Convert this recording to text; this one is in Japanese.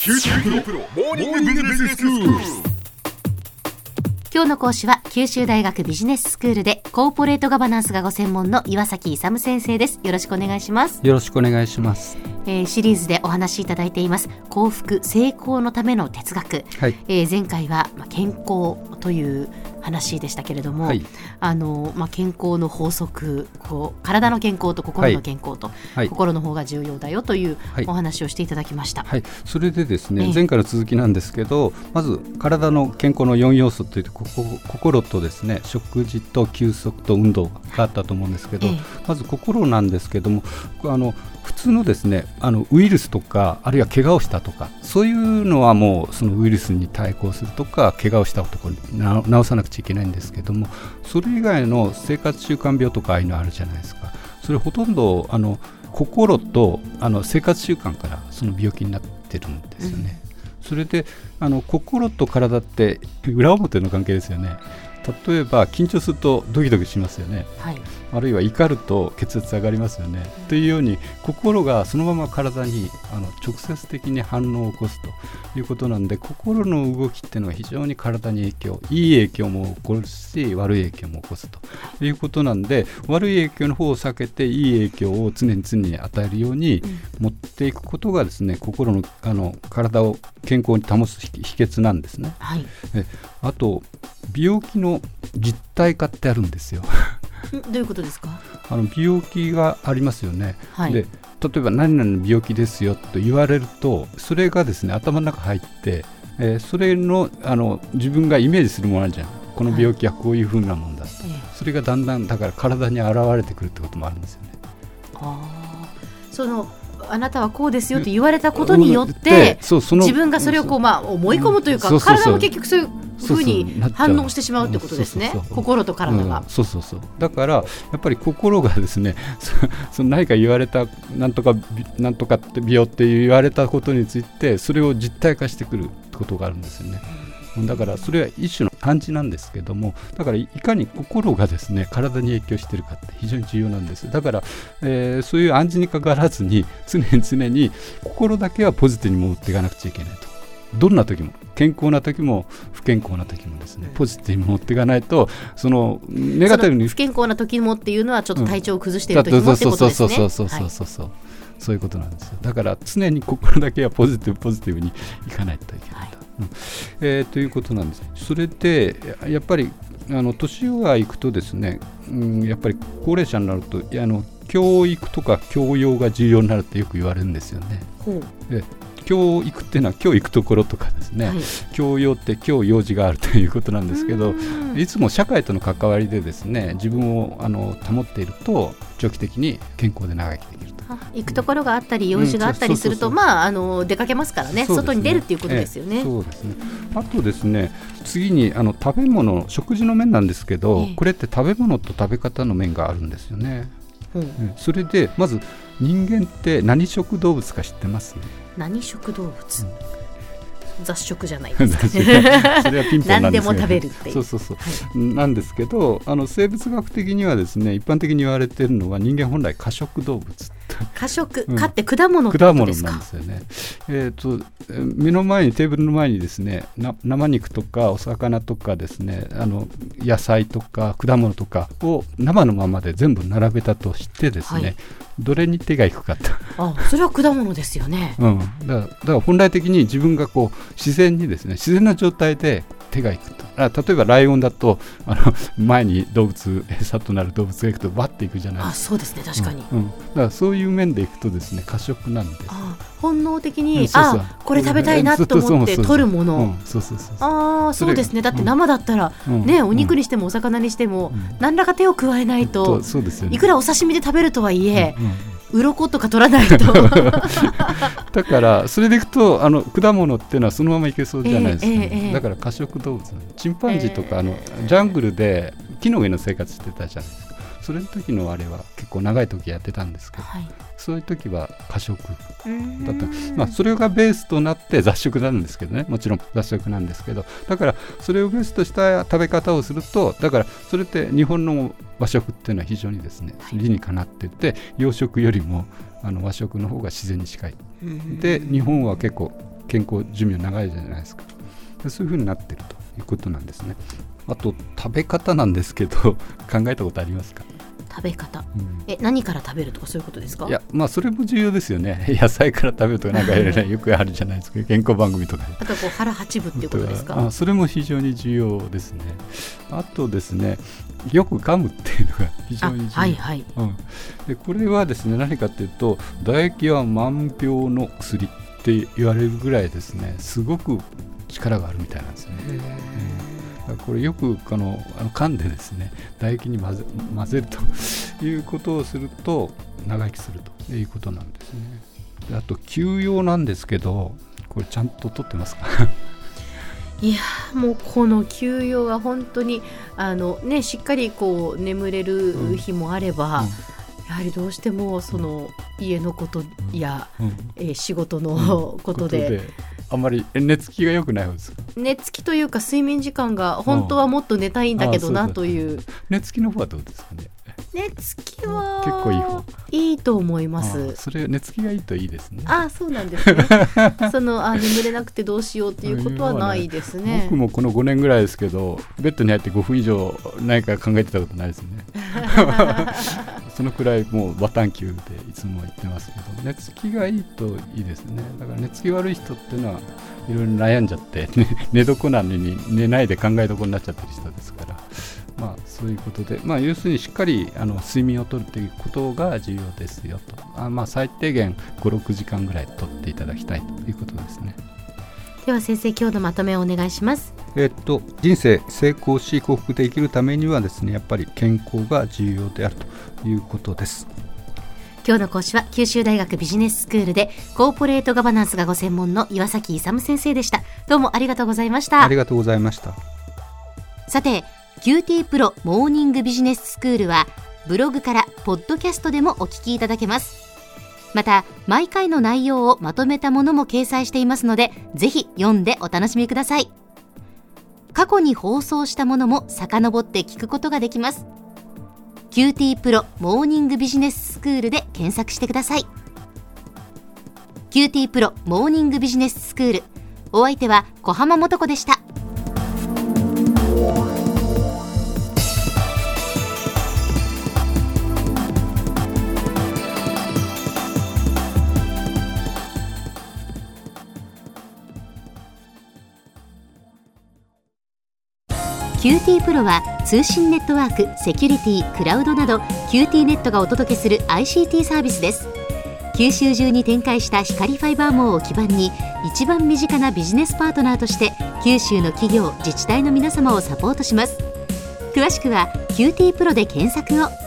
九州大学モーニングビジネススクール。 今日の講師は九州大学ビジネススクールでコーポレートガバナンスがご専門の岩崎勇先生です。よろしくお願いします。 よろしくお願いします。 シリーズでお話しいただいています幸福成功のための哲学、 はい前回は健康という話でしたけれども、 はい健康の法則、体の健康と心の健康と、 はい、 心の方が重要だよというお話をしていただきました。 はい、それでですね、前回の続きなんですけど、まず体の健康の4要素というと心とですね、食事と休息と運動があったと思うんですけど、まず心なんですけども、普通のですねウイルスとかあるいは怪我をしたとかそういうのはもうそのウイルスに対抗するとか怪我をしたところに治さなくちゃいけないんですけども、それ以外の生活習慣病とかああいうのあるじゃないですか。それほとんど心と生活習慣からその病気になってるんですよね。それで心と体って裏表の関係ですよね。例えば緊張するとドキドキしますよね、はい、あるいは怒ると血圧上がりますよね、というように心がそのまま体に直接的に反応を起こすということなんで、心の動きっていうのは非常に体にいい影響も起こるし悪い影響も起こすということなんで、悪い影響の方を避けていい影響を常に与えるように持っていくことがですね、心の体を健康に保つ秘訣なんですね、はい、あと病気の実体化ってあるんですよ。 どういうことですか？ 病気がありますよね、 はい、 で例えば何々の病気ですよと言われると、それがですね頭の中入って、それの自分がイメージするものあるじゃん。この病気はこういう風なもんだと、それがだんだんだから体に現れてくるってこともあるんですよね。 あなたはこうですよと言われたことによって、自分がそれを思い込むというか、体も結局そういうふうに反応してしまうってことですね。心と体が、 だからやっぱり心がですね何か言われたなんとかって病って言われたことについてそれを実体化してくることがあるんですよね。だからそれは一種の暗示なんですけども、だからいかに心がですね体に影響しているかって非常に重要なんです。だから、そういう暗示にかからずに常に心だけはポジティブに持っていかなくちゃいけないと。どんな時も健康な時も不健康な時もですね、ポジティブに持っていかないと、そのネガティブに不健康な時もっていうのはちょっと体調を崩している時もってことですね。 そういうことなんですよ。だから常に心だけはポジティブにいかないといけないと、ということなんです。それでやっぱり年がいくとですね、やっぱり高齢者になると教育とか教養が重要になるってよく言われるんですよね。教育っていうのは今日行くところとかですね、教養って今日用事があるということなんですけど、いつも社会との関わりでですね自分を保っていると長期的に健康で長生きできると。 行くところがあったり用事があったりすると出かけますからね、外に出るっていうことですよね。 そうですね。あとですね、次に食べ物、食事の面なんですけど、これって食べ物と食べ方の面があるんですよね。それでまず人間って何食動物か知ってます？ 何食動物、雑食じゃないですかね。 それはピンポンなんですけど何でも食べるっていう、 なんですけど生物学的にはですね一般的に言われているのは人間本来可食動物。 可食、蚊って果物ってことですか？ 果物なんですよね。目の前にテーブルの前にですね生肉とかお魚とかですね野菜とか果物とかを生のままで全部並べたとしてですね、どれに手がいくかと。 それは果物ですよね。 だから本来的に自分が自然にですね自然な状態で手がいくと。例えばライオンだと前に餌となる動物がいくとバッていくじゃないですか。 そうですね、確かに、 だからそういう面でいくとですね可食なんです。 本能的にこれ食べたいなと思って取るもの。そうですね。だって生だったら、お肉にしてもお魚にしても、何らか手を加えないと、いくらお刺身で食べるとはいえ、鱗とか取らないとだからそれでいくと果物っていうのはそのままいけそうじゃないですか、だから可食動物。チンパンジーとかジャングルで木の上の生活してたじゃないですか。それの時のあれは結構長い時やってたんですけど、そういう時は可食だった。それがベースとなって雑食なんですけどね、もちろん雑食なんですけど、だからそれをベースとした食べ方をすると、だからそれって日本の和食っていうのは非常にですね理にかなっていて、洋食よりも和食の方が自然に近い。で日本は結構健康寿命長いじゃないですか。そういう風になってるということなんですね。あと食べ方なんですけど考えたことありますか？ 食べ方、何から食べるとかそういうことですか？ いや、それも重要ですよね。野菜から食べるとかなんかよくあるじゃないですか健康番組とかで。 あと腹八分っていうことですか？ それも非常に重要ですね。あとですね、よく噛むっていうのが非常に重要。 はいはい、 でこれはですね、何かというと唾液は万病の薬って言われるぐらいですね、すごく力があるみたいなんですね。これよく噛んでですね唾液に混ぜるということをすると長生きするということなんですね。であと休養なんですけど、これちゃんと取ってますか？ いやもうこの休養は本当にしっかりこう眠れる日もあれば、やはりどうしてもその家のことや、仕事のことで、 あんまり寝つきが良くない方ですか？ 寝つきというか睡眠時間が本当はもっと寝たいんだけどなという。寝つきの方はどうですかね？ 寝つきは結構いい方。 いいと思います。 それ寝つきがいいといいですね。 そうなんですね。眠れなくてどうしようっていうことはないですね。 僕もこの5年ぐらいですけど、ベッドに入って5分以上何か考えてたことないですね。そのくらいもうバタン級でいつも言ってますけど、寝つきがいいといいですね。だから寝つき悪い人っていうのはいろいろ悩んじゃって、寝床なのに寝ないで考え床になっちゃったりしたですから、そういうことで、要するにしっかり睡眠をとるということが重要ですよと。最低限 5,6 時間ぐらいとっていただきたいということですね。 では先生、今日のまとめをお願いします。 人生成功し幸福で生きるためにはですね、やっぱり健康が重要であるということです。 今日の講師は九州大学ビジネススクールでコーポレートガバナンスがご専門の岩崎勇先生でした。どうもありがとうございました。 ありがとうございました。 さて、QT プロモーニングビジネススクールはブログからポッドキャストでもお聞きいただけます。また毎回の内容をまとめたものも掲載していますので、ぜひ読んでお楽しみください。過去に放送したものも遡って聞くことができます。QT プロモーニングビジネススクールで検索してください。 QT プロモーニングビジネススクール、お相手は小浜もとこでした。QT プロは通信ネットワーク、セキュリティ、クラウドなど QT ネットがお届けする ICT サービスです。九州中に展開した光ファイバー網を基盤に一番身近なビジネスパートナーとして九州の企業、自治体の皆様をサポートします。詳しくは QT プロで検索を。